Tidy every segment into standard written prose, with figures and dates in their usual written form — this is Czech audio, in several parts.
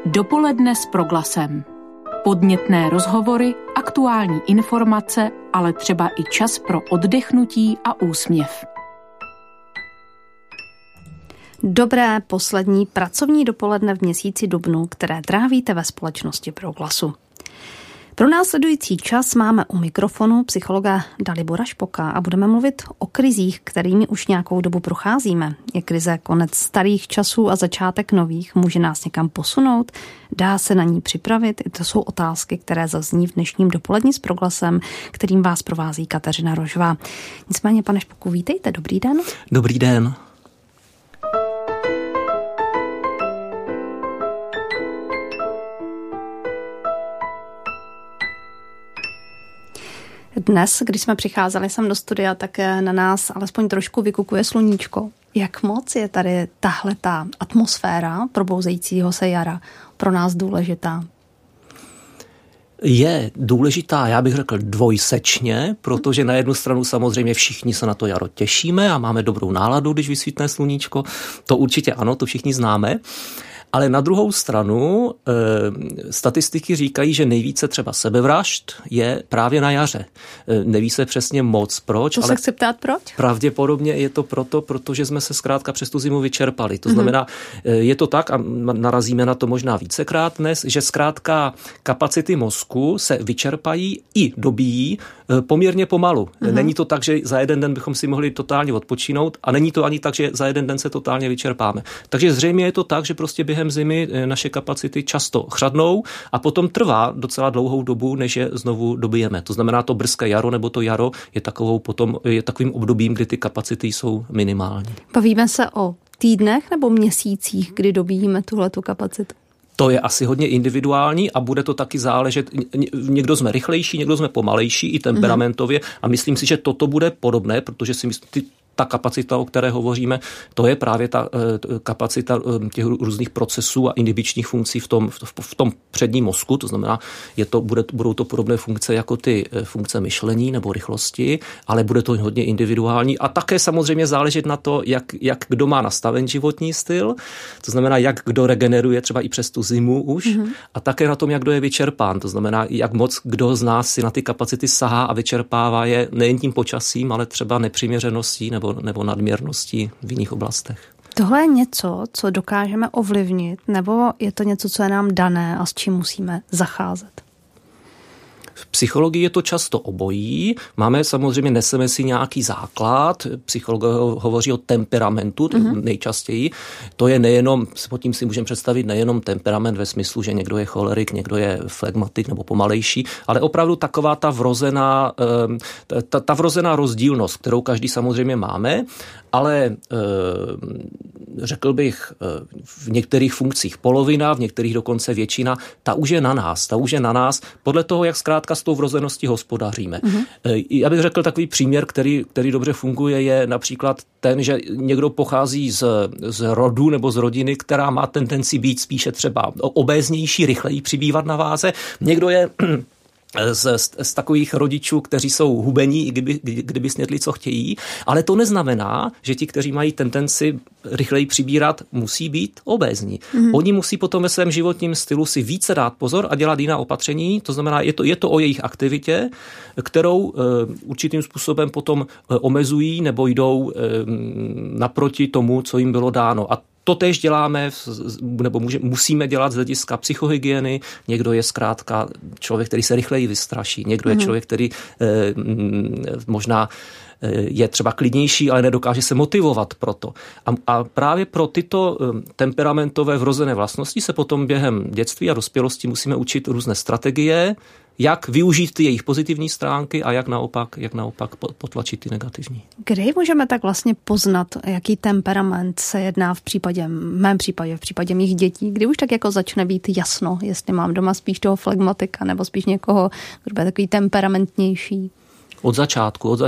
Dopoledne s Proglasem. Podnětné rozhovory, aktuální informace, ale třeba i čas pro oddechnutí a úsměv. Dobré poslední pracovní dopoledne v měsíci dubnu, které trávíte ve společnosti Proglasu. Pro následující čas máme u mikrofonu psychologa Dalibora Špoka a budeme mluvit o krizích, kterými už nějakou dobu procházíme. Je krize konec starých časů a začátek nových? Může nás někam posunout? Dá se na ní připravit? I to jsou otázky, které zazní v dnešním dopoledni s Proglasem, kterým vás provází Kateřina Rožová. Nicméně, pane Špoku, vítejte, dobrý den. Dobrý den. Dnes, když jsme přicházeli sem do studia, tak na nás alespoň trošku vykukuje sluníčko. Jak moc je tady tahleta atmosféra probouzejícího se jara pro nás důležitá? Je důležitá, já bych řekl dvojsečně, protože na jednu stranu samozřejmě všichni se na to jaro těšíme a máme dobrou náladu, když vysvítne sluníčko. To určitě ano, to všichni známe. Ale na druhou stranu statistiky říkají, že nejvíce třeba sebevražd je právě na jaře. Neví se přesně moc proč. To se chci ptát proč? Pravděpodobně je to proto, protože jsme se zkrátka přes tu zimu vyčerpali. To znamená, je to tak, a narazíme na to možná vícekrát dnes, že zkrátka kapacity mozku se vyčerpají i dobíjí poměrně pomalu. Není to tak, že za jeden den bychom si mohli totálně odpočinout a není to ani tak, že za jeden den se totálně vyčerpáme. Takže zřejmě je to tak, že prostě během zimy naše kapacity často chřadnou a potom trvá docela dlouhou dobu, než je znovu dobijeme. To znamená, to brzké jaro nebo to jaro je takovým obdobím, kdy ty kapacity jsou minimální. Bavíme se o týdnech nebo měsících, kdy dobíjíme tuhletu kapacitu? To je asi hodně individuální a bude to taky záležet. Někdo jsme rychlejší, někdo jsme pomalejší i temperamentově a myslím si, že toto bude podobné, protože si myslím, ta kapacita, o které hovoříme, to je právě ta kapacita těch různých procesů a inhibičních funkcí v tom předním mozku, to znamená, budou to podobné funkce jako ty funkce myšlení nebo rychlosti, ale bude to hodně individuální a také samozřejmě záležet na to, jak kdo má nastaven životní styl, to znamená, jak kdo regeneruje třeba i přes tu zimu už a také na tom, jak kdo je vyčerpán, to znamená, jak moc kdo z nás si na ty kapacity sahá a vyčerpává je nejen tím počasím, ale třeba nepřiměřeností nebo nadměrností v jiných oblastech. Tohle je něco, co dokážeme ovlivnit, nebo je to něco, co je nám dané a s čím musíme zacházet? V psychologii je to často obojí. Neseme si nějaký základ. Psychologové hovoří o temperamentu nejčastěji. To je nejenom, pod tím si můžeme představit nejenom temperament ve smyslu, že někdo je cholerik, někdo je flegmatik nebo pomalejší, ale opravdu taková ta vrozená rozdílnost, kterou každý samozřejmě máme, ale řekl bych v některých funkcích polovina, v některých dokonce většina, ta už je na nás podle toho, jak zkrátka s tou vrozeností hospodaříme. Já bych řekl takový příměr, který dobře funguje, je například ten, že někdo pochází z rodu nebo z rodiny, která má tendenci být spíše třeba obéznější, rychleji přibývat na váze. Někdo je z takových rodičů, kteří jsou hubení, kdyby snědli, co chtějí, ale to neznamená, že ti, kteří mají tendenci rychleji přibírat, musí být obézní. Oni musí potom ve svém životním stylu si více dát pozor a dělat jiná opatření, to znamená, je to o jejich aktivitě, kterou určitým způsobem potom omezují nebo jdou naproti tomu, co jim bylo dáno. A to též děláme, nebo musíme dělat z hlediska psychohygieny. Někdo je zkrátka člověk, který se rychleji vystraší. Někdo je člověk, který možná je třeba klidnější, ale nedokáže se motivovat pro to. A právě pro tyto temperamentové vrozené vlastnosti se potom během dětství a dospělosti musíme učit různé strategie, jak využít ty jejich pozitivní stránky a jak naopak potlačit ty negativní. Kdy můžeme tak vlastně poznat, jaký temperament se jedná v mém případě, v případě mých dětí, kdy už tak jako začne být jasno, jestli mám doma spíš toho flegmatika nebo spíš někoho, kdo bude takový temperamentnější? Od začátku.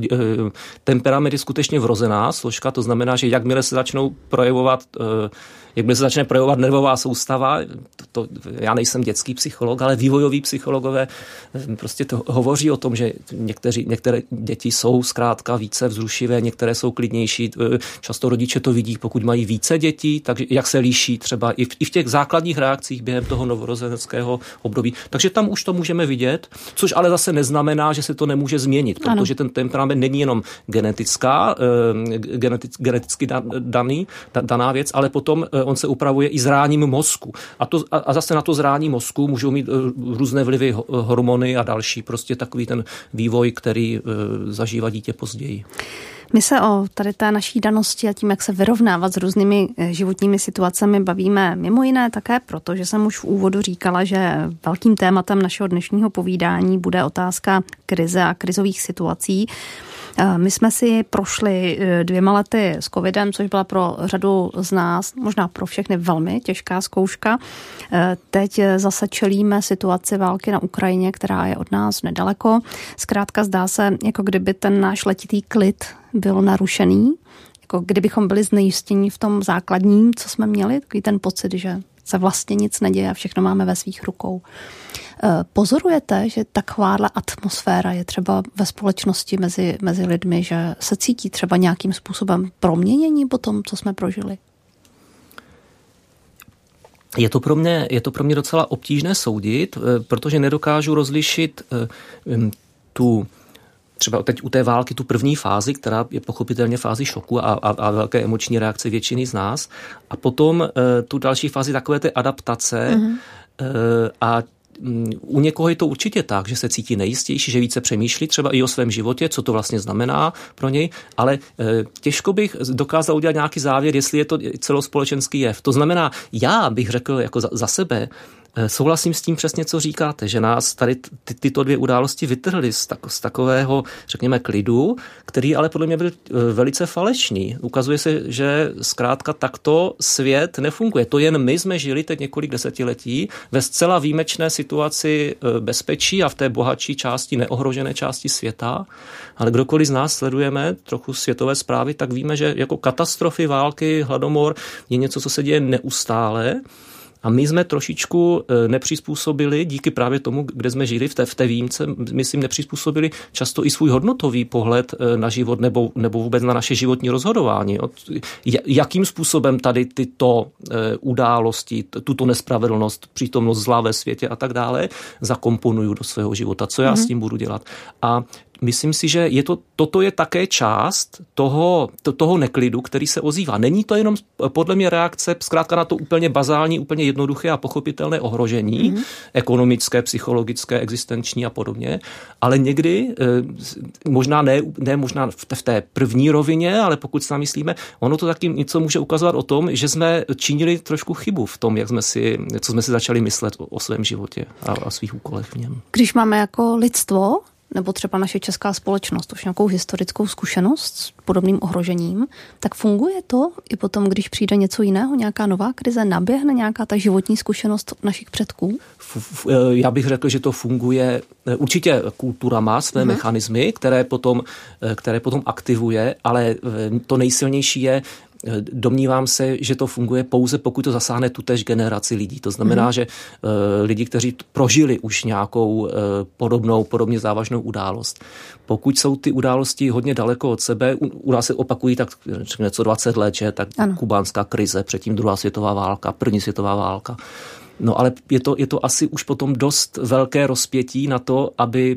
Temperament je skutečně vrozená složka, to znamená, že jakmile se začnou projevovat jak se začne projevovat nervová soustava, já nejsem dětský psycholog, ale vývojoví psychologové prostě to hovoří o tom, že některé děti jsou zkrátka více vzrušivé, některé jsou klidnější. Často rodiče to vidí, pokud mají více dětí, takže jak se liší třeba i v těch základních reakcích během toho novorozeneckého období. Takže tam už to můžeme vidět, což ale zase neznamená, že se to nemůže změnit, protože ten temperament není jenom geneticky daná věc, ale potom on se upravuje i zráním mozku. A zase na to zrání mozku můžou mít různé vlivy hormony a další, prostě takový ten vývoj, který zažívá dítě později. My se o tady té naší danosti a tím, jak se vyrovnávat s různými životními situacemi, bavíme mimo jiné také proto, že jsem už v úvodu říkala, že velkým tématem našeho dnešního povídání bude otázka krize a krizových situací. My jsme si prošli 2 lety s covidem, což byla pro řadu z nás, možná pro všechny velmi těžká zkouška. Teď zase čelíme situaci války na Ukrajině, která je od nás nedaleko. Zkrátka zdá se, jako kdyby ten náš letitý klid byl narušený, jako kdybychom byli znejistění v tom základním, co jsme měli, takový ten pocit, že se vlastně nic neděje a všechno máme ve svých rukou. Pozorujete, že takováhle atmosféra je třeba ve společnosti mezi lidmi, že se cítí třeba nějakým způsobem proměnění po tom, co jsme prožili? Je to pro mě docela obtížné soudit, protože nedokážu rozlišit třeba teď u té války tu první fázi, která je pochopitelně fázi šoku a velké emoční reakce většiny z nás, a potom tu další fázi takové té adaptace a u někoho je to určitě tak, že se cítí nejistější, že více přemýšlí třeba i o svém životě, co to vlastně znamená pro něj, ale těžko bych dokázal udělat nějaký závěr, jestli je to celospolečenský jev. To znamená, já bych řekl jako za sebe, souhlasím s tím přesně, co říkáte, že nás tady tyto 2 události vytrhly z takového, řekněme, klidu, který ale podle mě byl velice falešný. Ukazuje se, že zkrátka takto svět nefunguje. To jen my jsme žili teď několik desetiletí ve zcela výjimečné situaci bezpečí a v té bohatší části, neohrožené části světa, ale kdokoliv z nás sledujeme trochu světové zprávy, tak víme, že jako katastrofy, války, hladomor je něco, co se děje neustále. A my jsme trošičku nepřizpůsobili, díky právě tomu, kde jsme žili v té výjimce, myslím, nepřizpůsobili často i svůj hodnotový pohled na život nebo vůbec na naše životní rozhodování. Jakým způsobem tady tyto události, tuto nespravedlnost, přítomnost zla ve světě a tak dále zakomponuju do svého života. Co já s tím budu dělat? A myslím si, že toto je také část toho neklidu, který se ozývá. Není to jenom podle mě reakce zkrátka na to úplně bazální, úplně jednoduché a pochopitelné ohrožení, ekonomické, psychologické, existenční a podobně, ale někdy, možná ne možná v té první rovině, ale pokud se myslíme, ono to taky něco může ukazovat o tom, že jsme činili trošku chybu v tom, co jsme si začali myslet o svém životě a svých úkolech v něm. Když máme jako lidstvo, nebo třeba naše česká společnost už nějakou historickou zkušenost s podobným ohrožením, tak funguje to i potom, když přijde něco jiného, nějaká nová krize, naběhne nějaká ta životní zkušenost našich předků? Já bych řekl, že to funguje. Určitě kultura má své mechanismy, které potom aktivuje, ale to nejsilnější je, domnívám se, že to funguje pouze, pokud to zasáhne tutéž generaci lidí. To znamená, že lidi, kteří prožili už nějakou podobně závažnou událost. Pokud jsou ty události hodně daleko od sebe, u nás se opakují tak něco 20 let, že tak kubánská krize, předtím druhá světová válka, první světová válka. No ale je to asi už potom dost velké rozpětí na to, aby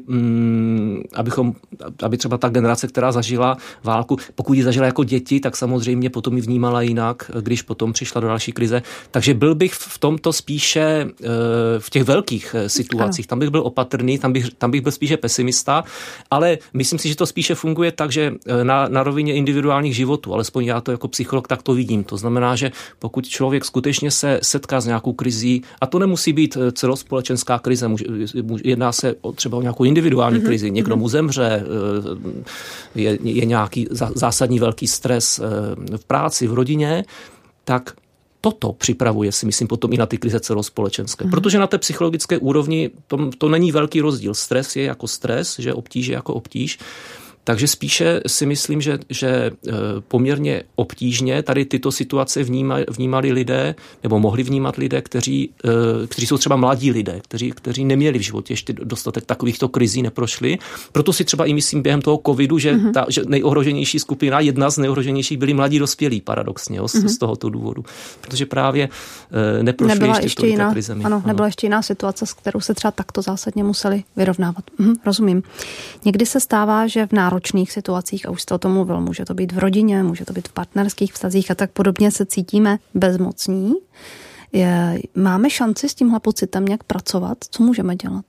třeba ta generace, která zažila válku, pokud ji zažila jako děti, tak samozřejmě potom ji vnímala jinak, když potom přišla do další krize. Takže byl bych v tomto spíše v těch velkých situacích. Tam bych byl opatrný, tam bych byl spíše pesimista, ale myslím si, že to spíše funguje tak, že na rovině individuálních životů, alespoň já to jako psycholog tak to vidím. To znamená, že pokud člověk skutečně se setká s nějakou krizí, a to nemusí být celospolečenská krize, jedná se třeba o nějakou individuální krizi, někdo mu zemře, je nějaký zásadní velký stres v práci, v rodině, tak toto připravuje si, myslím, potom i na ty krize celospolečenské. Protože na té psychologické úrovni to není velký rozdíl. Stres je jako stres, že obtíž je jako obtíž. Takže spíše si myslím, že poměrně obtížně tady tyto situace vnímali lidé, nebo mohli vnímat lidé, kteří jsou třeba mladí lidé, kteří neměli v životě ještě dostatek takovýchto krizí, neprošli. Proto si třeba i myslím během toho covidu, že nejohroženější skupina, jedna z nejohroženějších byli mladí dospělí, paradoxně, z tohoto důvodu. Protože právě neprošli ještě tolika krizemi. Ano, nebyla ještě jiná situace, s kterou se třeba takto zásadně museli vyrovnávat. Rozumím. Někdy se stává, že v náročných situacích, a už jste o tom mluvil, může to být v rodině, může to být v partnerských vztazích a tak podobně, se cítíme bezmocní. Máme šanci s tímhle pocitem nějak pracovat? Co můžeme dělat?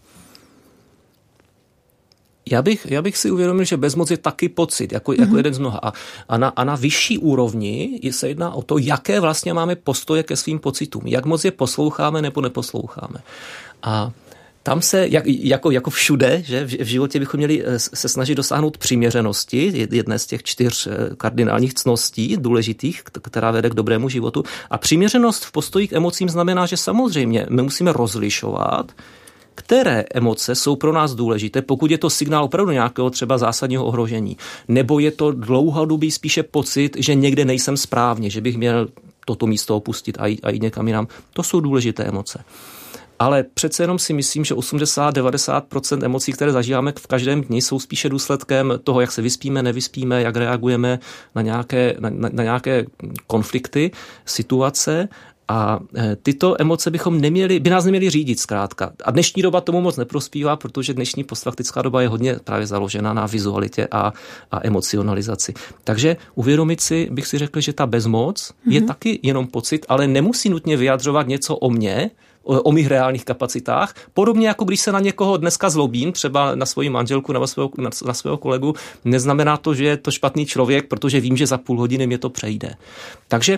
Já bych si uvědomil, že bezmoc je taky pocit, jako jeden z mnoha. A na vyšší úrovni se jedná o to, jaké vlastně máme postoje ke svým pocitům. Jak moc je posloucháme nebo neposloucháme. A tam se, jako všude, že v životě bychom měli se snažit dosáhnout přiměřenosti, jedné z těch 4 kardinálních ctností důležitých, která vede k dobrému životu. A přiměřenost v postoji k emocím znamená, že samozřejmě my musíme rozlišovat, které emoce jsou pro nás důležité, pokud je to signál opravdu nějakého třeba zásadního ohrožení, nebo je to dlouhodobý spíše pocit, že někde nejsem správně, že bych měl toto místo opustit a jít někam jinam. To jsou důležité emoce. Ale přece jenom si myslím, že 80-90% emocí, které zažíváme v každém dni, jsou spíše důsledkem toho, jak se vyspíme, nevyspíme, jak reagujeme na nějaké konflikty, situace. A tyto emoce by nás neměly řídit zkrátka. A dnešní doba tomu moc neprospívá, protože dnešní postfaktická doba je hodně právě založena na vizualitě a emocionalizaci. Takže uvědomit si, bych si řekl, že ta bezmoc je taky jenom pocit, ale nemusí nutně vyjadřovat něco o mně, o mých reálných kapacitách. Podobně jako když se na někoho dneska zlobím, třeba na svoji manželku, na svého kolegu, neznamená to, že je to špatný člověk, protože vím, že za půl hodiny mě to přejde. Takže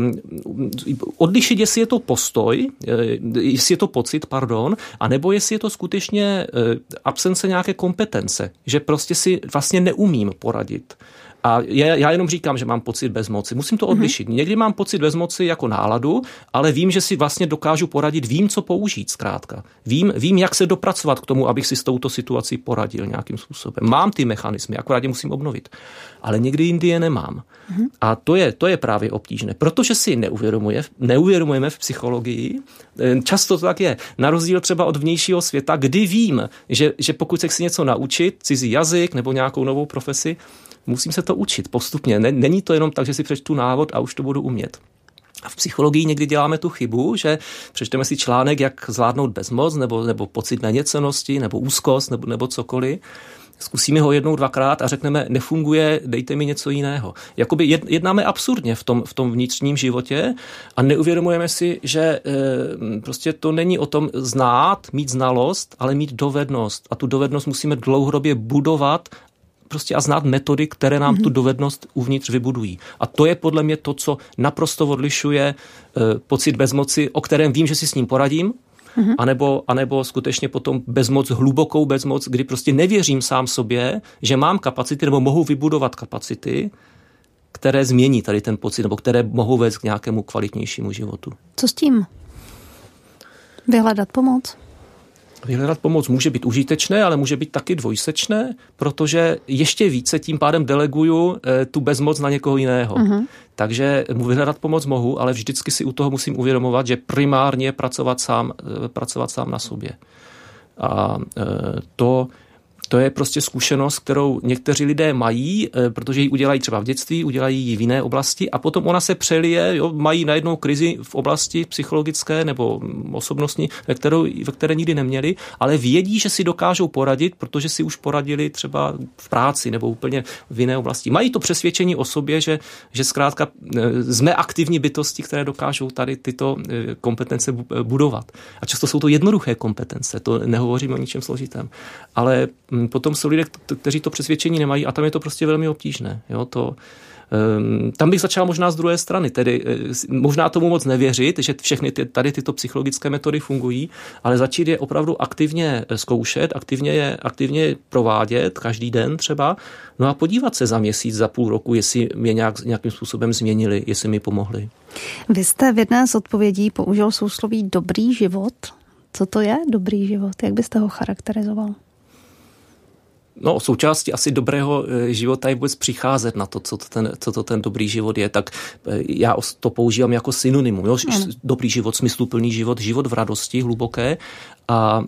odlišit, jestli je to postoj, jestli je to pocit, anebo jestli je to skutečně absence nějaké kompetence, že prostě si vlastně neumím poradit. A já jenom říkám, že mám pocit bezmoci. Musím to odlišit. Někdy mám pocit bezmoci jako náladu, ale vím, že si vlastně dokážu poradit, vím, co použít zkrátka. Vím, jak se dopracovat k tomu, abych si s touto situací poradil nějakým způsobem. Mám ty mechanismy, akorát je musím obnovit. Ale někdy jindy je nemám. A to je právě obtížné. Protože si neuvědomujeme v psychologii, často to tak je, na rozdíl třeba od vnějšího světa, kdy vím, že pokud se chci něco naučit, cizí jazyk nebo nějakou novou profesi, musím se to učit postupně. Není to jenom tak, že si přečtu návod a už to budu umět. A v psychologii někdy děláme tu chybu, že přečteme si článek, jak zvládnout bezmoc, nebo pocit méněcennosti, nebo úzkost, nebo cokoliv. Zkusíme ho 1-2krát a řekneme, nefunguje, dejte mi něco jiného. Jakoby jednáme absurdně v tom vnitřním životě a neuvědomujeme si, že prostě to není o tom znát, mít znalost, ale mít dovednost. A tu dovednost musíme dlouhodobě budovat prostě a znát metody, které nám tu dovednost uvnitř vybudují. A to je podle mě to, co naprosto odlišuje pocit bezmoci, o kterém vím, že si s ním poradím, anebo skutečně potom bezmoc, hlubokou bezmoc, kdy prostě nevěřím sám sobě, že mám kapacity nebo mohu vybudovat kapacity, které změní tady ten pocit, nebo které mohou vést k nějakému kvalitnějšímu životu. Co s tím? Vyhledat pomoc? Vyhledat pomoc může být užitečné, ale může být taky dvojsečné, protože ještě více tím pádem deleguju tu bezmoc na někoho jiného. Takže vyhledat pomoc mohu, ale vždycky si u toho musím uvědomovat, že primárně pracovat sám na sobě. A to je prostě zkušenost, kterou někteří lidé mají, protože ji udělají třeba v dětství, udělají ji v jiné oblasti a potom ona se přelije, mají najednou krizi v oblasti psychologické nebo osobnostní, ve které nikdy neměli, ale vědí, že si dokážou poradit, protože si už poradili třeba v práci nebo úplně v jiné oblasti. Mají to přesvědčení o sobě, že zkrátka jsme aktivní bytosti, které dokážou tady tyto kompetence budovat. A často jsou to jednoduché kompetence, to nehovoříme o ničem složitém. Ale potom jsou lidé, kteří to přesvědčení nemají a tam je to prostě velmi obtížné. Jo, tam bych začal možná z druhé strany, tedy možná tomu moc nevěřit, že všechny tady tyto psychologické metody fungují, ale začít je opravdu aktivně zkoušet, aktivně je provádět každý den třeba, no a podívat se za měsíc, za půl roku, jestli mě nějakým způsobem změnili, jestli mi pomohli. Vy jste v jedné z odpovědí použil sousloví dobrý život. Co to je dobrý život? Jak byste ho charakterizoval? součástí asi dobrého života je vůbec přicházet na to, co to ten dobrý život je. Tak já to používám jako synonymum. Jo? Dobrý život, smysluplný život, život v radosti hluboké. A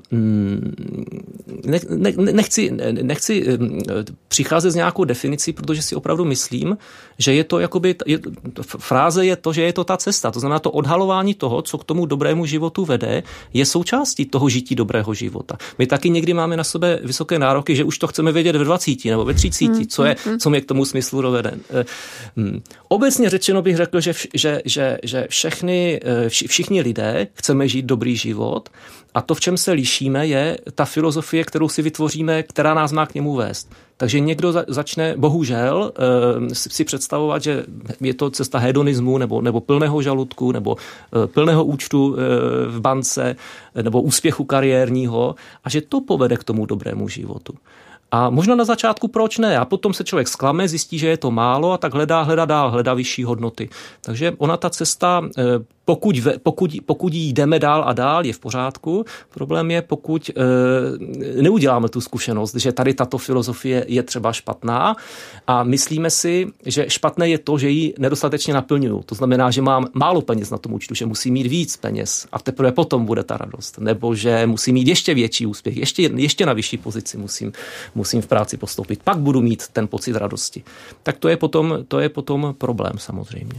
nechci přicházet s nějakou definicí, protože si opravdu myslím, že je to jakoby, fráze je to, že je to ta cesta. To znamená, to odhalování toho, co k tomu dobrému životu vede, je součástí toho žití dobrého života. My taky někdy máme na sebe vysoké nároky, že už to chceme vědět ve 20 nebo ve 30, co mě k tomu smyslu dovede. Obecně řečeno bych řekl, že všichni lidé chceme žít dobrý život. A to, v čem se lišíme, je ta filozofie, kterou si vytvoříme, která nás má k němu vést. Takže někdo začne, bohužel, si představovat, že je to cesta hedonismu, nebo plného žaludku, nebo plného účtu v bance, nebo úspěchu kariérního, a že to povede k tomu dobrému životu. A možná na začátku proč ne? A potom se člověk zklame, zjistí, že je to málo a tak hledá vyšší hodnoty. Takže ona ta cesta, pokud jdeme dál a dál, je v pořádku. Problém je, pokud neuděláme tu zkušenost, že tady tato filozofie je třeba špatná a myslíme si, že špatné je to, že ji nedostatečně naplňuju. To znamená, že mám málo peněz na tom účtu, že musím mít víc peněz a teprve potom bude ta radost. Nebo že musím mít ještě větší úspěch, ještě na vyšší pozici musím v práci postoupit. Pak budu mít ten pocit radosti. Tak to je potom problém samozřejmě.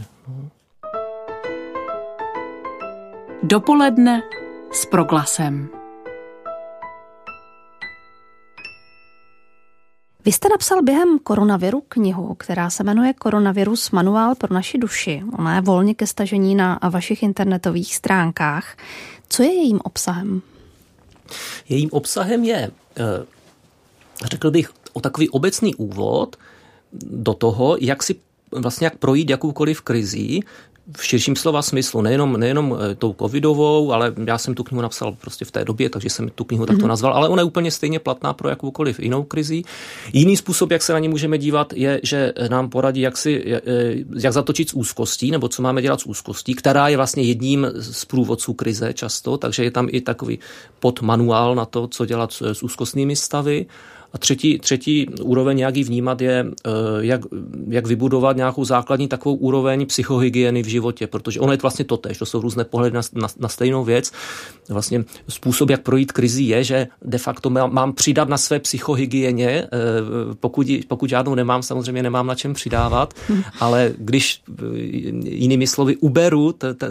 Dopoledne s Proglasem. Vy jste napsal během koronaviru knihu, která se jmenuje Koronavirus manuál pro naši duši. Ona je volně ke stažení na vašich internetových stránkách. Co je jejím obsahem? Jejím obsahem je, řekl bych, o takový obecný úvod do toho, jak projít jakoukoliv krizí, v širším slova smyslu, nejenom tou covidovou, ale já jsem tu knihu napsal prostě v té době, takže jsem tu knihu takto nazval, ale ona je úplně stejně platná pro jakoukoliv jinou krizi. Jiný způsob, jak se na ní můžeme dívat, je, že nám poradí, jak zatočit s úzkostí, nebo co máme dělat s úzkostí, která je vlastně jedním z průvodců krize často, takže je tam i takový podmanuál na to, co dělat s úzkostnými stavy. A třetí úroveň, jak ji vnímat, je, jak vybudovat nějakou základní takovou úroveň psychohygieny v životě, protože ono je vlastně totéž, to jsou různé pohledy na stejnou věc. Vlastně způsob, jak projít krizi, je, že de facto mám přidat na své psychohygieně, pokud žádnou nemám, samozřejmě nemám na čem přidávat, ale když jinými slovy uberu,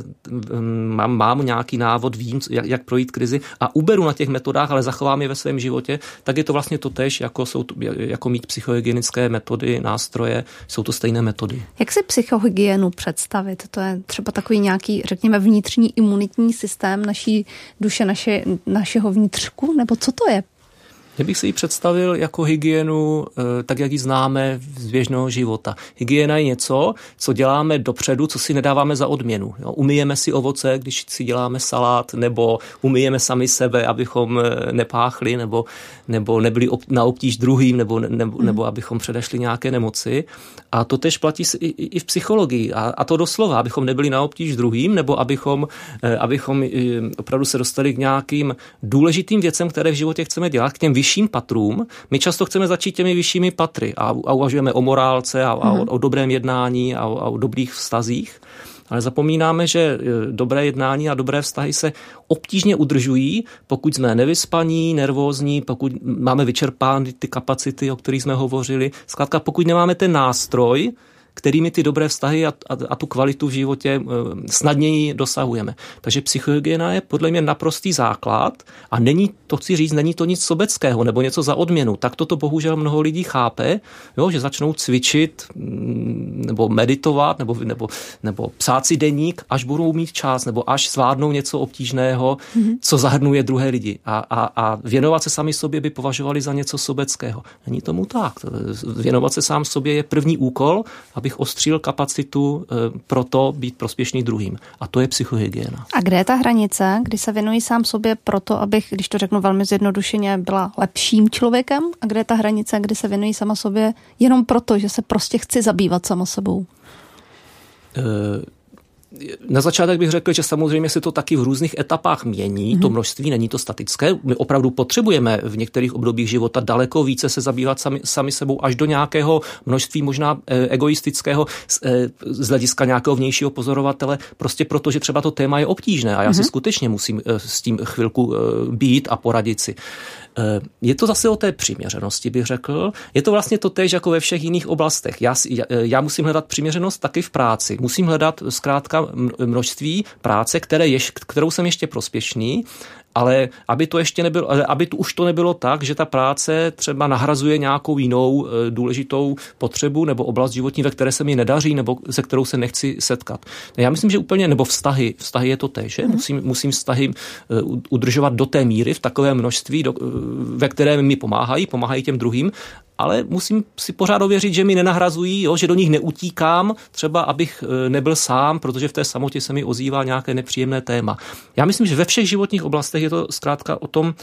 mám nějaký návod, vím, jak projít krizi a uberu na těch metodách, ale zachovám je ve svém životě, tak je to vlastně totéž, jako mít psychohygienické metody, nástroje, jsou to stejné metody. Jak si psychohygienu představit? To je třeba takový nějaký, řekněme, vnitřní imunitní systém naší duše, našeho vnitřku, nebo co to je? Já bych si ji představil jako hygienu, tak jak ji známe z běžného života. Hygiena je něco, co děláme dopředu, co si nedáváme za odměnu. Jo? Umyjeme si ovoce, když si děláme salát, nebo umyjeme sami sebe, abychom nepáchli, nebo nebyli na obtíž druhým, nebo abychom předešli nějaké nemoci. A to tež platí i v psychologii. A to doslova, abychom nebyli na obtíž druhým, nebo abychom opravdu se dostali k nějakým důležitým věcem, které v životě chceme dělat, k těm vyšším patrům. My často chceme začít těmi vyššími patry a uvažujeme o morálce a o dobrém jednání a o dobrých vztazích. Ale zapomínáme, že dobré jednání a dobré vztahy se obtížně udržují, pokud jsme nevyspaní, nervózní, pokud máme vyčerpány ty kapacity, o kterých jsme hovořili. Zkrátka, pokud nemáme ten nástroj, kterými ty dobré vztahy a tu kvalitu v životě snadněji dosahujeme. Takže psychohygiena je podle mě naprostý základ a není to nic sobeckého nebo něco za odměnu. Tak toto bohužel mnoho lidí chápe, jo, že začnou cvičit nebo meditovat nebo psát si deník, až budou mít čas nebo až zvládnou něco obtížného, co zahrnuje druhé lidi. A věnovat se sami sobě by považovali za něco sobeckého. Není tomu tak. Věnovat se sám sobě je první úkol, abych ostříl kapacitu pro to být prospěšný druhým. A to je psychohygiena. A kde je ta hranice, kdy se věnuji sám sobě proto, abych, když to řeknu velmi zjednodušeně, byla lepším člověkem? A kde je ta hranice, kdy se věnuji sama sobě jenom proto, že se prostě chci zabývat sama sebou? Na začátek bych řekl, že samozřejmě se to taky v různých etapách mění, to množství, není to statické. My opravdu potřebujeme v některých obdobích života daleko více se zabývat sami sebou až do nějakého množství možná egoistického z hlediska nějakého vnějšího pozorovatele, prostě proto, že třeba to téma je obtížné a já si skutečně musím s tím chvilku být a poradit si. Je to zase o té přiměřenosti, bych řekl. Je to vlastně to též jako ve všech jiných oblastech. Já musím hledat přiměřenost taky v práci. Musím hledat zkrátka množství práce, kterou jsem ještě prospěšný, ale aby tu už to nebylo tak, že ta práce třeba nahrazuje nějakou jinou důležitou potřebu nebo oblast životní, ve které se mi nedaří nebo se kterou se nechci setkat. Já myslím, že úplně, nebo vztahy je to též, že? Musím vztahy udržovat do té míry v takovém množství, ve které mi pomáhají těm druhým, ale musím si pořád ověřit, že mi nenahrazují, že do nich neutíkám, třeba abych nebyl sám, protože v té samotě se mi ozývá nějaké nepříjemné téma. Já myslím, že ve všech životních oblastech je to zkrátka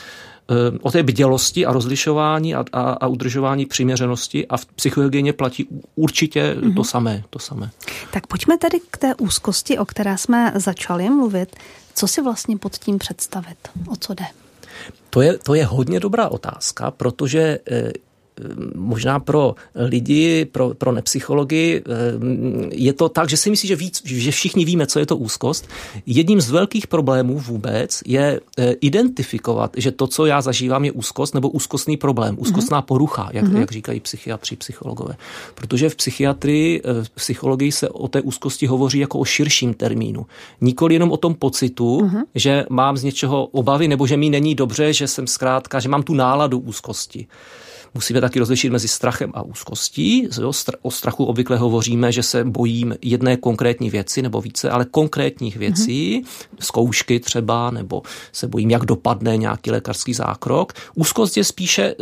o té bdělosti a rozlišování a udržování přiměřenosti a v psychohygieně platí určitě to samé. Tak pojďme tedy k té úzkosti, o které jsme začali mluvit. Co si vlastně pod tím představit? O co jde? To je hodně dobrá otázka, protože možná pro lidi, pro nepsychology je to tak, že si myslí, že všichni víme, co je to úzkost. Jedním z velkých problémů vůbec je identifikovat, že to, co já zažívám, je úzkost nebo úzkostný problém, úzkostná porucha, jak říkají psychiatři, psychologové. Protože v psychiatrii, v psychologii se o té úzkosti hovoří jako o širším termínu. Nikoli jenom o tom pocitu, že mám z něčeho obavy nebo že mi není dobře, že mám tu náladu úzkosti. Musíme taky rozlišit mezi strachem a úzkostí. O strachu obvykle hovoříme, že se bojím jedné konkrétní věci nebo více, ale konkrétních věcí, zkoušky třeba, nebo se bojím, jak dopadne nějaký lékařský zákrok. Úzkost je spíše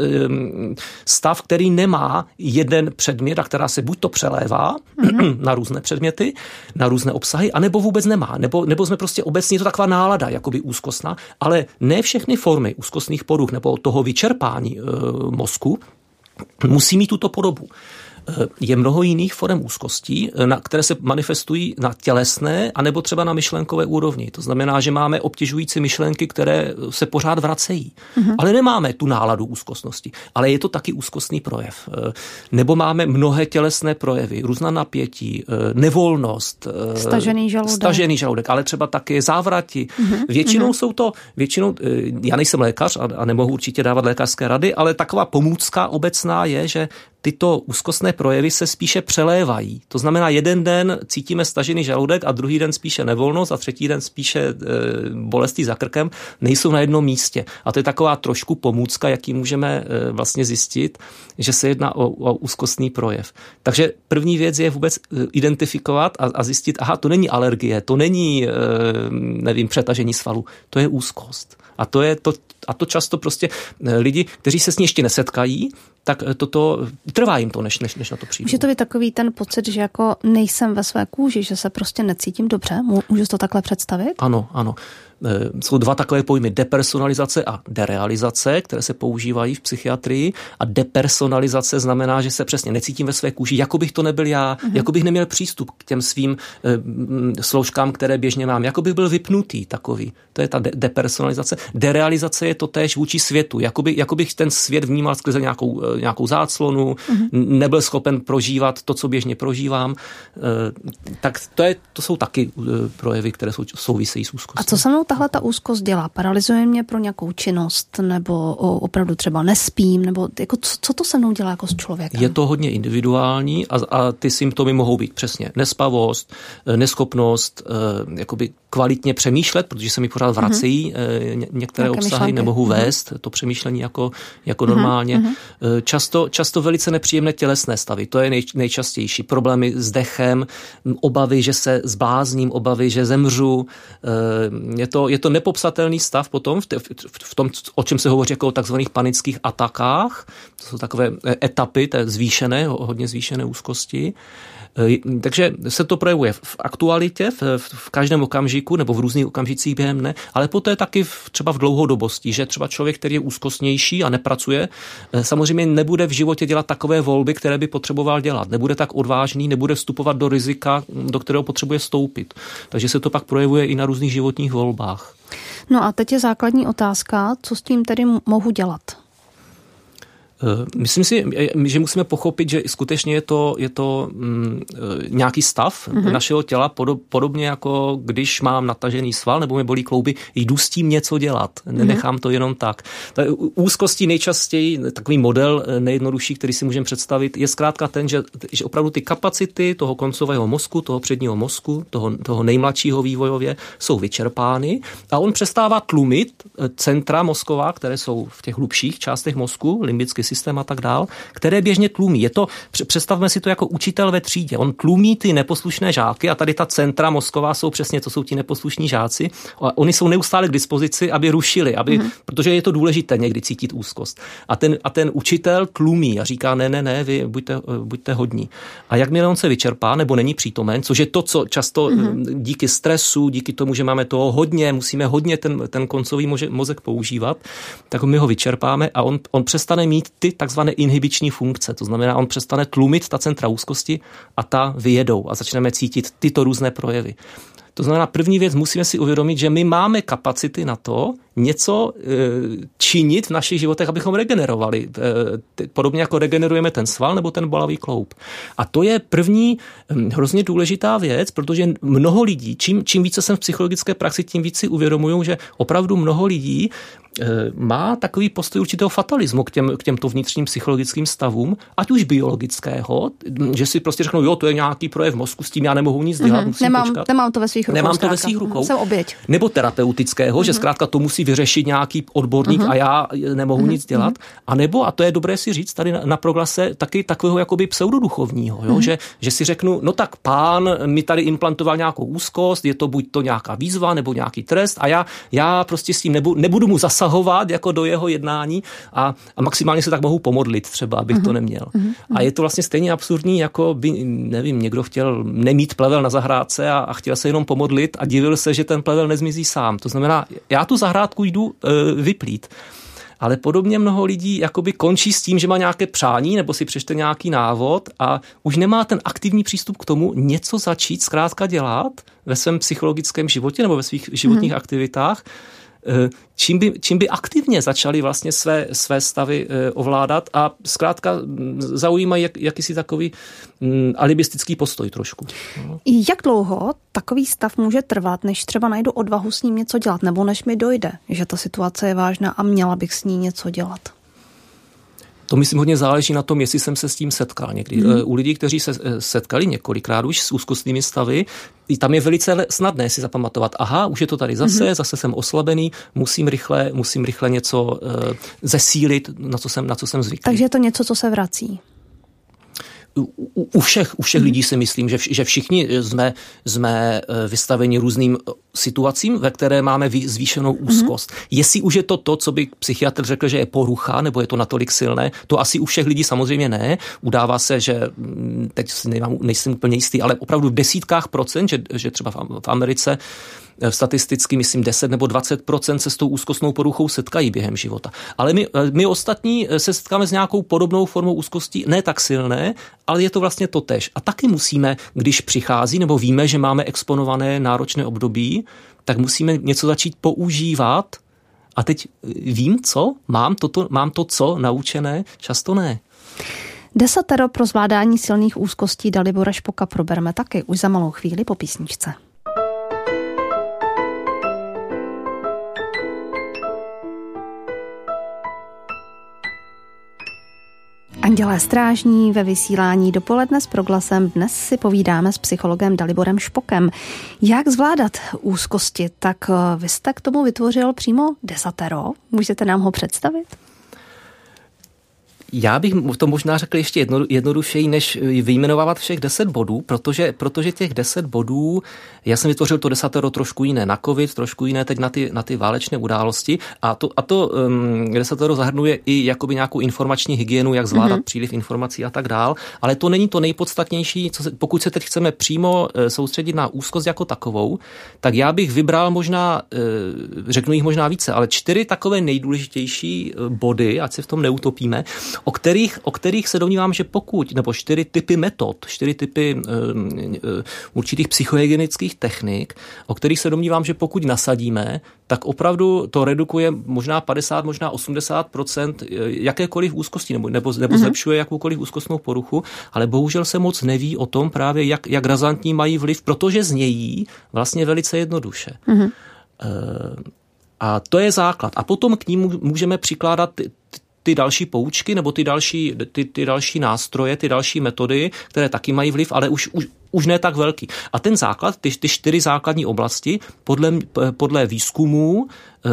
stav, který nemá jeden předmět, a která se buď to přelévá na různé předměty, na různé obsahy, anebo vůbec nemá. Nebo jsme prostě obecně to taková nálada, jakoby úzkostná, ale ne všechny formy úzkostných poruch nebo toho vyčerpání mozku musí mít tuto podobu. Je mnoho jiných forem úzkostí, které se manifestují na tělesné anebo třeba na myšlenkové úrovni. To znamená, že máme obtěžující myšlenky, které se pořád vracejí. Ale nemáme tu náladu úzkostnosti. Ale je to taky úzkostný projev. Nebo máme mnohé tělesné projevy, různá napětí, nevolnost, stažený žaludek, ale třeba také závrati. Většinou jsou to, já nejsem lékař a nemohu určitě dávat lékařské rady, ale taková pomůcka obecná je, že tyto úzkostné projevy se spíše přelévají. To znamená, jeden den cítíme stažený žaludek a druhý den spíše nevolnost a třetí den spíše bolesti za krkem. Nejsou na jednom místě. A to je taková trošku pomůcka, jaký můžeme vlastně zjistit, že se jedná o úzkostný projev. Takže první věc je vůbec identifikovat a zjistit, to není alergie, to není, přetažení svalů, to je úzkost. A to často prostě lidi, kteří se s ní ještě nesetkají, tak trvá jim to, než na to přijde. Může to být takový ten pocit, že jako nejsem ve své kůži, že se prostě necítím dobře? Můžu to takhle představit? Ano. Jsou dva takové pojmy, depersonalizace a derealizace, které se používají v psychiatrii. A depersonalizace znamená, že se přesně necítím ve své kůži, jako bych to nebyl já, jako bych neměl přístup k těm svým složkám, které běžně mám, jako bych byl vypnutý takový. To je ta depersonalizace. Derealizace je to též vůči světu, jako bych ten svět vnímal skrze nějakou záclonu, nebyl schopen prožívat to, co běžně prožívám. Tak to jsou taky projevy, které souvisejí s úzkostí. A co se mnou tahle ta úzkost dělá? Paralyzuje mě pro nějakou činnost, nebo opravdu třeba nespím, nebo jako co to se mnou dělá jako s člověkem? Je to hodně individuální a ty symptomy mohou být přesně nespavost, neschopnost, jakoby kvalitně přemýšlet, protože se mi pořád vracejí některé obsahy, nemohu vést to přemýšlení jako normálně. Často velice nepříjemné tělesné stavy, to je nejčastější. Problémy s dechem, obavy, že se zblázním, obavy, že zemřu. je to nepopsatelný stav potom v tom, o čem se hovoří jako o takzvaných panických atakách. To jsou takové etapy té hodně zvýšené úzkosti. Takže se to projevuje v aktualitě, v každém okamžiku nebo v různých okamžicích během dne, ale poté taky třeba v dlouhodobosti, že třeba člověk, který je úzkostnější a nepracuje, samozřejmě nebude v životě dělat takové volby, které by potřeboval dělat. Nebude tak odvážný, nebude vstupovat do rizika, do kterého potřebuje vstoupit. Takže se to pak projevuje i na různých životních volbách. No a teď je základní otázka, co s tím tedy mohu dělat? Myslím si, že musíme pochopit, že skutečně je to nějaký stav našeho těla, podobně jako když mám natažený sval nebo mě bolí klouby, jdu s tím něco dělat. Nenechám to jenom tak. Úzkosti nejčastěji, takový model nejjednodušší, který si můžeme představit, je zkrátka ten, že opravdu ty kapacity toho koncového mozku, toho předního mozku, toho nejmladšího vývojově jsou vyčerpány a on přestává tlumit centra mozková, které jsou v těch hlubších částech mozku, limbický systém a tak dál, které běžně tlumí. Představme si to jako učitel ve třídě. On tlumí ty neposlušné žáky a tady ta centra mozková jsou přesně, to jsou ti neposlušní žáci. A oni jsou neustále k dispozici, aby rušili, protože je to důležité někdy cítit úzkost. A ten učitel tlumí a říká, ne, vy buďte hodní. A jakmile on se vyčerpá nebo není přítomen, což je to, co často díky stresu, díky tomu, že máme toho hodně, musíme hodně ten koncový mozek používat, tak my ho vyčerpáme a on přestane mít ty takzvané inhibiční funkce. To znamená, on přestane tlumit ta centra úzkosti a ta vyjedou a začneme cítit tyto různé projevy. To znamená, první věc, musíme si uvědomit, že my máme kapacity na to něco činit v našich životech, abychom regenerovali. Podobně jako regenerujeme ten sval nebo ten bolavý kloub. A to je první hrozně důležitá věc, protože mnoho lidí, čím více jsem v psychologické praxi, tím víc si uvědomují, že opravdu mnoho lidí má takový postoj určitého fatalismu k těmto vnitřním psychologickým stavům, ať už biologického, že si prostě řeknou, jo, to je nějaký projev mozku, s tím já nemohu nic dělat, musím počkat. Nemám to ve svých rukou. Nemám to ve svých rukou. Jsem oběť. Nebo terapeutického, že zkrátka to musí vyřešit nějaký odborník a já nemohu nic dělat. A nebo, a to je dobré si říct tady na Proglase, taky takového jakoby pseudoduchovního, jo? Že si řeknu, no tak pán mi tady implantoval nějakou úzkost, je to buď to nějaká výzva nebo nějaký trest a já prostě s tím nebudu mu zasahovat jako do jeho jednání a maximálně se tak mohu pomodlit třeba, abych to neměl. A je to vlastně stejně absurdní, jako by, nevím, někdo chtěl nemít plevel na zahrádce a chtěl se jenom pomodlit a divil se, že ten plevel nezmizí sám. To znamená, já tu zahrádku jdu vyplít. Ale podobně mnoho lidí jakoby končí s tím, že má nějaké přání nebo si přečte nějaký návod a už nemá ten aktivní přístup k tomu něco začít zkrátka dělat ve svém psychologickém životě nebo ve svých životních aktivitách, čím by aktivně začali vlastně své stavy ovládat a zkrátka zaujímají jakýsi takový alibistický postoj trošku. Jak dlouho takový stav může trvat, než třeba najdu odvahu s ním něco dělat, nebo než mi dojde, že ta situace je vážná a měla bych s ní něco dělat? To myslím hodně záleží na tom, jestli jsem se s tím setkal někdy. U lidí, kteří se setkali několikrát už s úzkostnými stavy, tam je velice snadné si zapamatovat, aha, už je to tady zase jsem oslabený, musím rychle něco zesílit, na co jsem zvyklý. Takže je to něco, co se vrací. U všech lidí si myslím, že všichni jsme vystaveni různým situacím, ve které máme zvýšenou úzkost. Jestli už je to, co by psychiatr řekl, že je porucha, nebo je to natolik silné, to asi u všech lidí samozřejmě ne. Udává se, že teď nejsem úplně jistý, ale opravdu v desítkách procent, že třeba v Americe statisticky, myslím, 10 nebo 20% se s tou úzkostnou poruchou setkají během života. Ale my ostatní se setkáme s nějakou podobnou formou úzkosti, ne tak silné, ale je to vlastně totéž. A taky musíme, když přichází, nebo víme, že máme exponované náročné období, tak musíme něco začít používat. A teď vím co? Mám to co naučené? Často ne. Desatero pro zvládání silných úzkostí Dalibora Špoka probereme taky už za malou chvíli po písničce. Andělé strážní ve vysílání Dopoledne s Proglasem. Dnes si povídáme s psychologem Daliborem Špokem. Jak zvládat úzkosti? Tak vy jste k tomu vytvořil přímo desatero. Můžete nám ho představit? Já bych to možná řekl ještě jednodušeji, než vyjmenovávat všech 10 bodů, protože těch 10 bodů, já jsem vytvořil to 10 trošku jiné na covid, trošku jiné teď na ty válečné události a to 10 zahrnuje i jakoby nějakou informační hygienu, jak zvládat příliv informací a tak dál, ale to není to nejpodstatnější, pokud se teď chceme přímo soustředit na úzkost jako takovou, tak já bych vybral možná, řeknu jich možná více, ale 4 takové nejdůležitější body, ať se v tom neutopíme, o kterých se domnívám, že pokud, nebo 4 typy metod, 4 typy určitých psychohygienických technik, o kterých se domnívám, že pokud nasadíme, tak opravdu to redukuje možná 50, možná 80% jakékoliv úzkosti, nebo zlepšuje jakoukoliv úzkostnou poruchu, ale bohužel se moc neví o tom právě, jak razantní mají vliv, protože znějí vlastně velice jednoduše. A to je základ. A potom k ním můžeme přikládat ty další poučky nebo ty další nástroje, ty další metody, které taky mají vliv, ale už ne tak velký. A ten základ, ty 4 základní oblasti podle výzkumů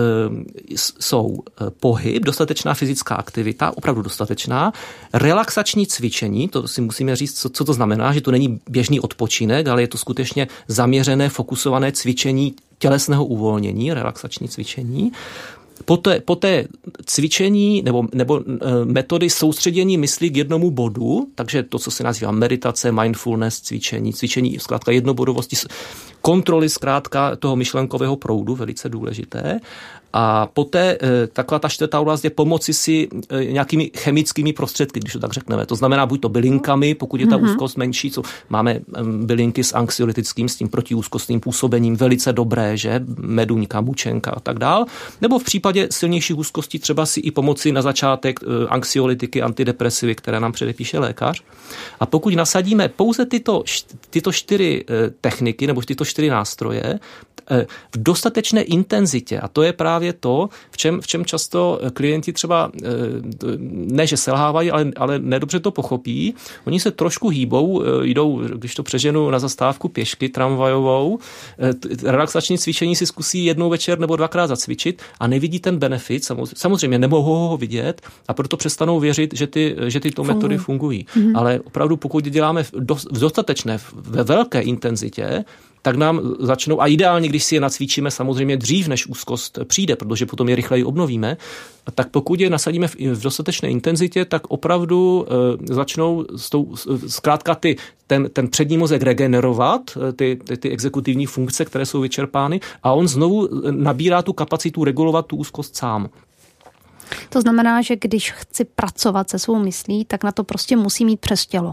jsou pohyb, dostatečná fyzická aktivita, opravdu dostatečná, relaxační cvičení, to si musíme říct, co to znamená, že to není běžný odpočinek, ale je to skutečně zaměřené, fokusované cvičení tělesného uvolnění, relaxační cvičení. Poté cvičení nebo metody soustředění mysli k jednomu bodu, takže to, co se nazývá meditace, mindfulness, cvičení zkrátka jednobodovosti, kontroly zkrátka toho myšlenkového proudu, velice důležité. A poté taková ta 4. oblast je pomoci si nějakými chemickými prostředky, když to tak řekneme. To znamená buď to bylinkami, pokud je ta úzkost menší, co máme bylinky s anxiolytickým, s tím protiúzkostným působením, velice dobré, že? Meduňka, mučenka a tak dál. Nebo v případě silnějších úzkostí třeba si i pomoci na začátek anxiolytiky, antidepresivy, které nám předepíše lékař. A pokud nasadíme pouze tyto 4 techniky nebo tyto 4 nástroje v dostatečné intenzitě, a to je právě to, v čem často klienti třeba ne, že selhávají, ale nedobře to pochopí. Oni se trošku hýbou, jdou, když to přeženu na zastávku pěšky tramvajovou, relaxační cvičení si zkusí jednou večer nebo 2krát zacvičit a nevidí ten benefit, samozřejmě nemohou ho vidět a proto přestanou věřit, že tyto metody fungují. Ale opravdu pokud děláme v dostatečné, ve velké intenzitě, tak nám začnou, a ideálně, když si je nacvičíme samozřejmě dřív, než úzkost přijde, protože potom je rychleji obnovíme, tak pokud je nasadíme v dostatečné intenzitě, tak opravdu začnou zkrátka ten přední mozek regenerovat, ty exekutivní funkce, které jsou vyčerpány, a on znovu nabírá tu kapacitu regulovat tu úzkost sám. To znamená, že když chci pracovat se svou myslí, tak na to prostě musí mít přes tělo.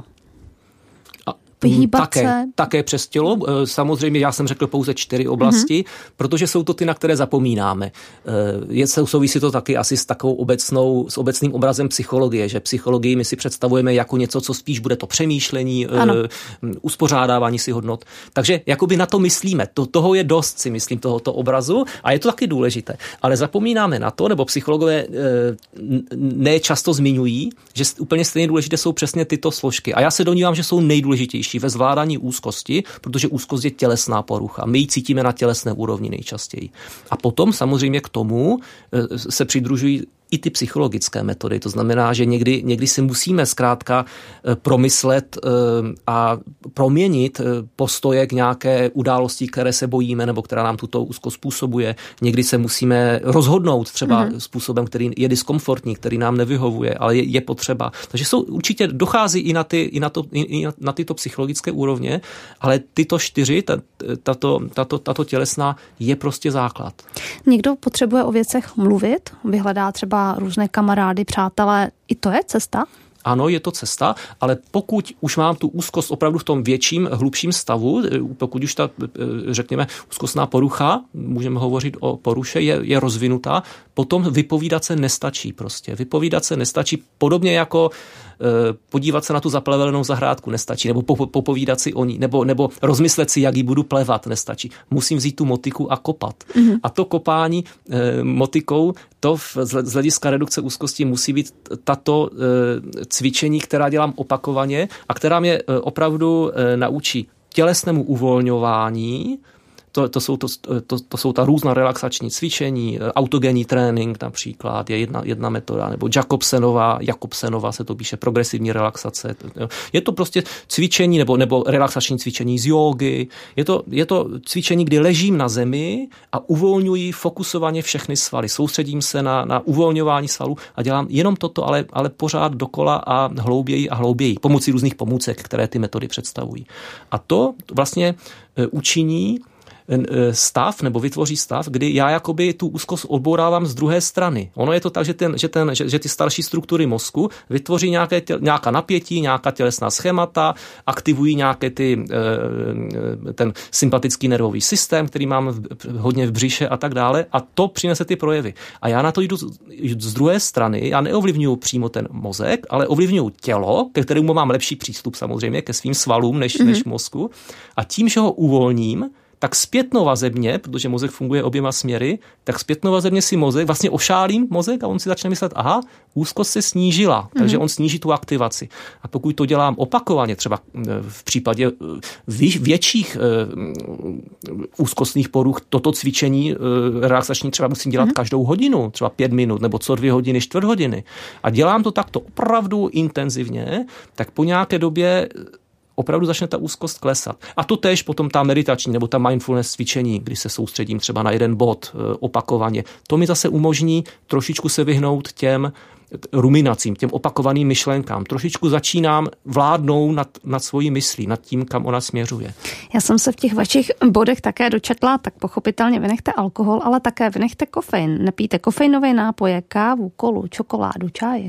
Také přes tělo. Samozřejmě já jsem řekl pouze 4 oblasti, protože jsou to ty, na které zapomínáme. Souvisí to taky asi s s obecným obrazem psychologie, že psychologii my si představujeme jako něco, co spíš bude to přemýšlení, uspořádávání si hodnot. Takže jakoby na to myslíme. Toho je dost, si myslím, tohoto obrazu a je to taky důležité. Ale zapomínáme na to, nebo psychologové nečasto zmiňují, že úplně stejně důležité jsou přesně tyto složky. A já se domnívám, že jsou nejdůležitější ve zvládání úzkosti, protože úzkost je tělesná porucha. My ji cítíme na tělesné úrovni nejčastěji. A potom samozřejmě k tomu se přidružují i ty psychologické metody. To znamená, že někdy si musíme zkrátka promyslet a proměnit postoje k nějaké události, které se bojíme nebo která nám tuto úzkost způsobuje. Někdy se musíme rozhodnout třeba způsobem, který je diskomfortní, který nám nevyhovuje, ale je potřeba. Takže určitě dochází i na tyto psychologické úrovně, ale tyto 4, tato tělesná je prostě základ. Někdo potřebuje o věcech mluvit, vyhledá třeba různé kamarády, přátelé. I to je cesta? Ano, je to cesta, ale pokud už mám tu úzkost opravdu v tom větším, hlubším stavu, pokud už ta, řekněme, úzkostná porucha, můžeme hovořit o poruše, je rozvinutá, potom vypovídat se nestačí prostě. Vypovídat se nestačí, podobně jako podívat se na tu zaplevelenou zahrádku nestačí, nebo popovídat si o ní, nebo rozmyslet si, jak ji budu plevat, nestačí. Musím vzít tu motiku a kopat. A to kopání motikou, to z hlediska redukce úzkosti musí být tato cvičení, která dělám opakovaně a která mě opravdu naučí tělesnému uvolňování, to jsou ta různá relaxační cvičení, autogenní trénink například je jedna metoda, nebo Jakobsenova se to píše, progresivní relaxace. Je to prostě cvičení nebo relaxační cvičení z jógy. Je to cvičení, kdy ležím na zemi a uvolňuji fokusovaně všechny svaly. Soustředím se na uvolňování svalů a dělám jenom toto, ale pořád dokola a hlouběji pomocí různých pomůcek, které ty metody představují. A to vlastně učiní stav nebo vytvoří stav, kdy já jakoby tu úzkost odbourávám z druhé strany. Ono je to tak, že ty starší struktury mozku vytvoří nějaká napětí, nějaká tělesná schémata, aktivují nějaké ten sympatický nervový systém, který máme hodně v břiše a tak dále, a to přinese ty projevy. A já na to jdu z druhé strany, já neovlivňuji přímo ten mozek, ale ovlivňuji tělo, ke kterému mám lepší přístup samozřejmě ke svým svalům než mozku, a tím, že ho uvolním, tak zpětnovazebně, protože mozek funguje oběma směry, tak zpětnovazebně si vlastně ošálím mozek a on si začne myslet, aha, úzkost se snížila, takže on sníží tu aktivaci. A pokud to dělám opakovaně, třeba v případě větších úzkostných poruch, toto cvičení relaxační třeba musím dělat každou hodinu, třeba 5 minut, nebo co 2 hodiny, 4 hodiny. A dělám to takto opravdu intenzivně, tak po nějaké době opravdu začne ta úzkost klesat. A to též potom ta meditační nebo ta mindfulness cvičení, kdy se soustředím třeba na jeden bod opakovaně. To mi zase umožní trošičku se vyhnout těm ruminacím, těm opakovaným myšlenkám. Trošičku začínám vládnout nad svojí myslí, nad tím, kam ona směřuje. Já jsem se v těch vašich bodech také dočetla, tak pochopitelně vynechte alkohol, ale také vynechte kofein. Nepijte kofeinové nápoje, kávu, kolu, čokoládu, čáje.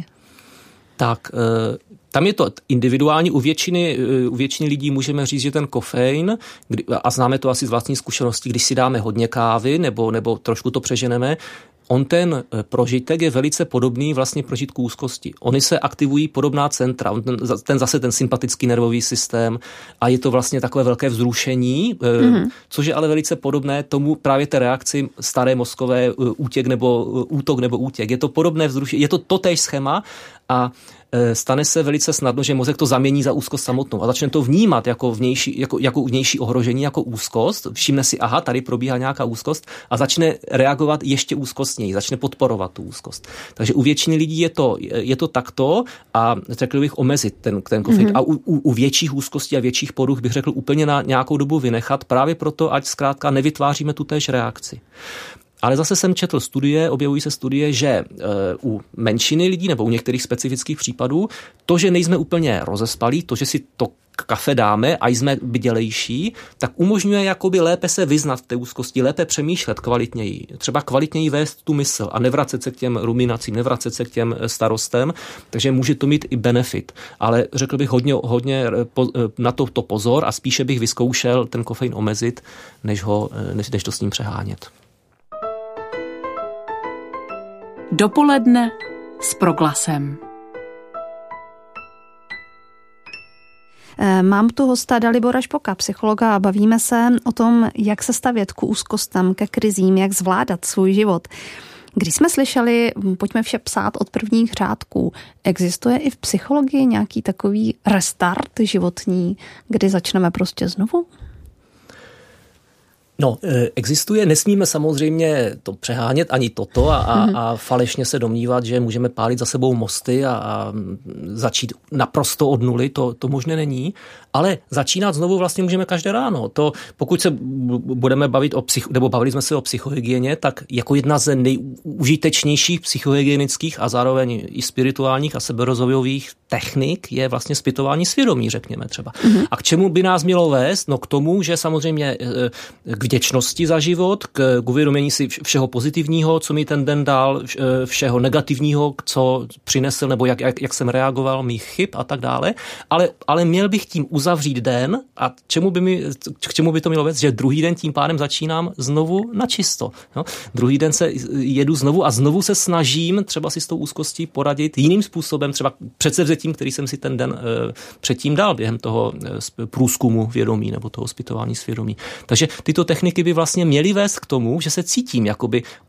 Tak tam je to individuální. U většiny lidí můžeme říct, že ten kofein, a známe to asi z vlastní zkušenosti, když si dáme hodně kávy nebo trošku to přeženeme, on ten prožitek je velice podobný vlastně prožitku úzkosti. Oni se aktivují podobná centra, ten sympatický nervový systém, a je to vlastně takové velké vzrušení, což je ale velice podobné tomu právě té reakci staré mozkové útěk nebo útok nebo útěk. Je to podobné vzrušení, je to totéž schéma a stane se velice snadno, že mozek to zamění za úzkost samotnou a začne to vnímat jako vnější ohrožení, jako úzkost. Všimne si, aha, tady probíhá nějaká úzkost a začne reagovat ještě úzkostněji, začne podporovat tu úzkost. Takže u většiny lidí je to takto a řekl bych omezit ten kofein. A u větších úzkostí a větších poruch bych řekl úplně na nějakou dobu vynechat, právě proto, ať zkrátka nevytváříme tu též reakci. Ale zase jsem četl objevují se studie, že u menšiny lidí nebo u některých specifických případů to, že nejsme úplně rozespalí, to, že si to kafe dáme a jsme bdělejší, tak umožňuje jakoby lépe se vyznat v té úzkosti, lépe přemýšlet kvalitněji. Třeba kvalitněji vést tu mysl a nevracet se k těm ruminacím, nevracet se k těm starostem, takže může to mít i benefit. Ale řekl bych hodně na to pozor a spíše bych vyzkoušel ten kofein omezit, než to s ním přehánět. Dopoledne s Proglasem. Mám tu hosta Dalibora Špoka, psychologa, a bavíme se o tom, jak se stavět k úzkostem, ke krizím, jak zvládat svůj život. Když jsme slyšeli, pojďme vše psát od prvních řádků, existuje i v psychologii nějaký takový restart životní, kdy začneme prostě znovu? No, existuje, nesmíme samozřejmě to přehánět ani toto a falešně se domnívat, že můžeme pálit za sebou mosty a začít naprosto od nuly, to možné není, ale začínat znovu vlastně můžeme každé ráno. To, pokud se budeme bavit nebo bavili jsme se o psychohygieně, tak jako jedna ze nejužitečnějších psychohygienických a zároveň i spirituálních a seberozvojových technik je vlastně zpytování svědomí, řekněme třeba. A k čemu by nás mělo vést? No k tomu, že samozřejmě k vděčnosti za život, k uvědomění si všeho pozitivního, co mi ten den dal, všeho negativního, co přinesl, nebo jak jsem reagoval, mých chyb a tak dále. Ale měl bych tím uzavřít den a k čemu by to mělo vést? Že druhý den tím pádem začínám znovu načisto. No? Druhý den se jedu znovu a znovu se snažím třeba si s tou úzkostí poradit jiným způsobem, třeba předsevzetím, který jsem si ten den předtím dal během toho průzkumu vědomí nebo toho zpytování svědomí. Takže tyto techniky by vlastně měly vést k tomu, že se cítím jakoby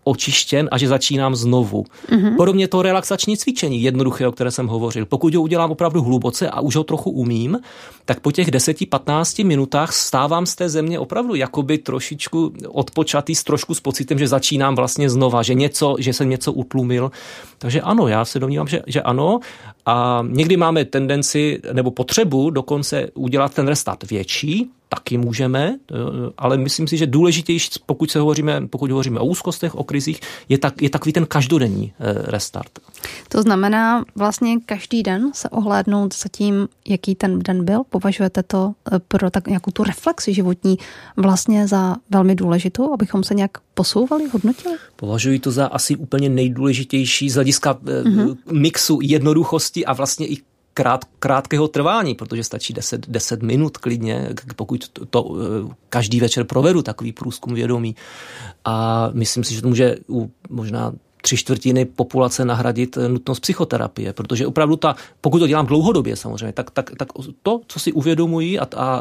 očištěn a že začínám znovu. Podobně to relaxační cvičení, jednoduché, o které jsem hovořil. Pokud ho udělám opravdu hluboce a už ho trochu umím, tak po těch 10-15 minutách stávám z té země opravdu jakoby trošičku odpočatý, trošku s pocitem, že začínám vlastně znova, že jsem něco utlumil. Takže ano, já se domnívám, že ano. A někdy máme tendenci nebo potřebu dokonce udělat ten restart větší, taky můžeme, ale myslím si, že důležitější, pokud hovoříme o úzkostech, o krizích, je takový ten každodenní restart. To znamená vlastně každý den se ohlédnout za tím, jaký ten den byl. Považujete to pro nějakou tu reflexi životní vlastně za velmi důležitou, abychom se nějak posouvali, hodnotili? Považuji to za asi úplně nejdůležitější z hlediska mixu jednoduchosti a vlastně i krátkého trvání, protože stačí 10 minut klidně, pokud to každý večer provedu takový průzkum vědomí. A myslím si, že to může možná 3/4 populace nahradit nutnost psychoterapie, protože opravdu pokud to dělám dlouhodobě samozřejmě, tak to, co si uvědomují a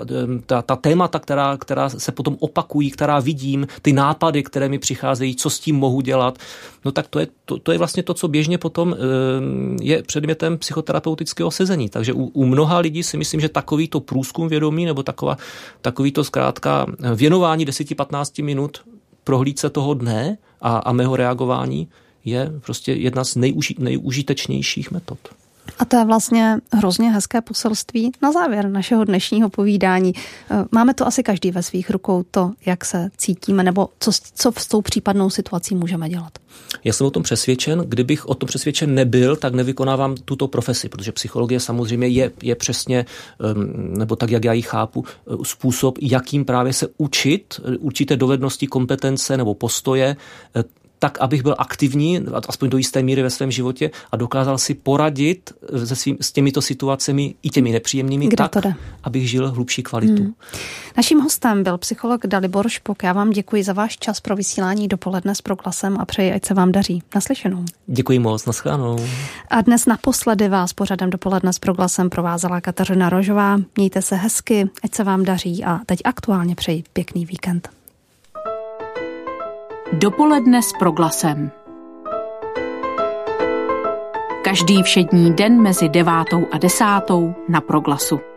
ta témata, která se potom opakují, která vidím, ty nápady, které mi přicházejí, co s tím mohu dělat, no tak to je vlastně to, co běžně potom je předmětem psychoterapeutického sezení. Takže u mnoha lidí si myslím, že takovýto průzkum vědomí nebo takovýto zkrátka věnování 10-15 minut prohlídce toho dne a mého reagování je prostě jedna z nejužitečnějších metod. A to je vlastně hrozně hezké poselství na závěr našeho dnešního povídání. Máme to asi každý ve svých rukou, to, jak se cítíme, nebo co s tou případnou situací můžeme dělat. Já jsem o tom přesvědčen. Kdybych o tom přesvědčen nebyl, tak nevykonávám tuto profesi, protože psychologie samozřejmě je přesně, nebo tak, jak já ji chápu, způsob, jakým právě se učit určité dovednosti, kompetence nebo postoje, tak, abych byl aktivní, aspoň do jisté míry ve svém životě a dokázal si poradit s těmito situacemi i těmi nepříjemnými abych žil hlubší kvalitu. Naším hostem byl psycholog Dalibor Špok. Já vám děkuji za váš čas pro vysílání Dopoledne s Proglasem a přeji, ať se vám daří. Naslyšenou. Děkuji moc, nashledanou. A dnes naposledy vás pořadem Dopoledne s Proglasem provázela Kateřina Rožová. Mějte se hezky, ať se vám daří a teď aktuálně přeji pěkný víkend. Dopoledne s Proglasem. Každý všední den mezi 9. a 10. na Proglasu.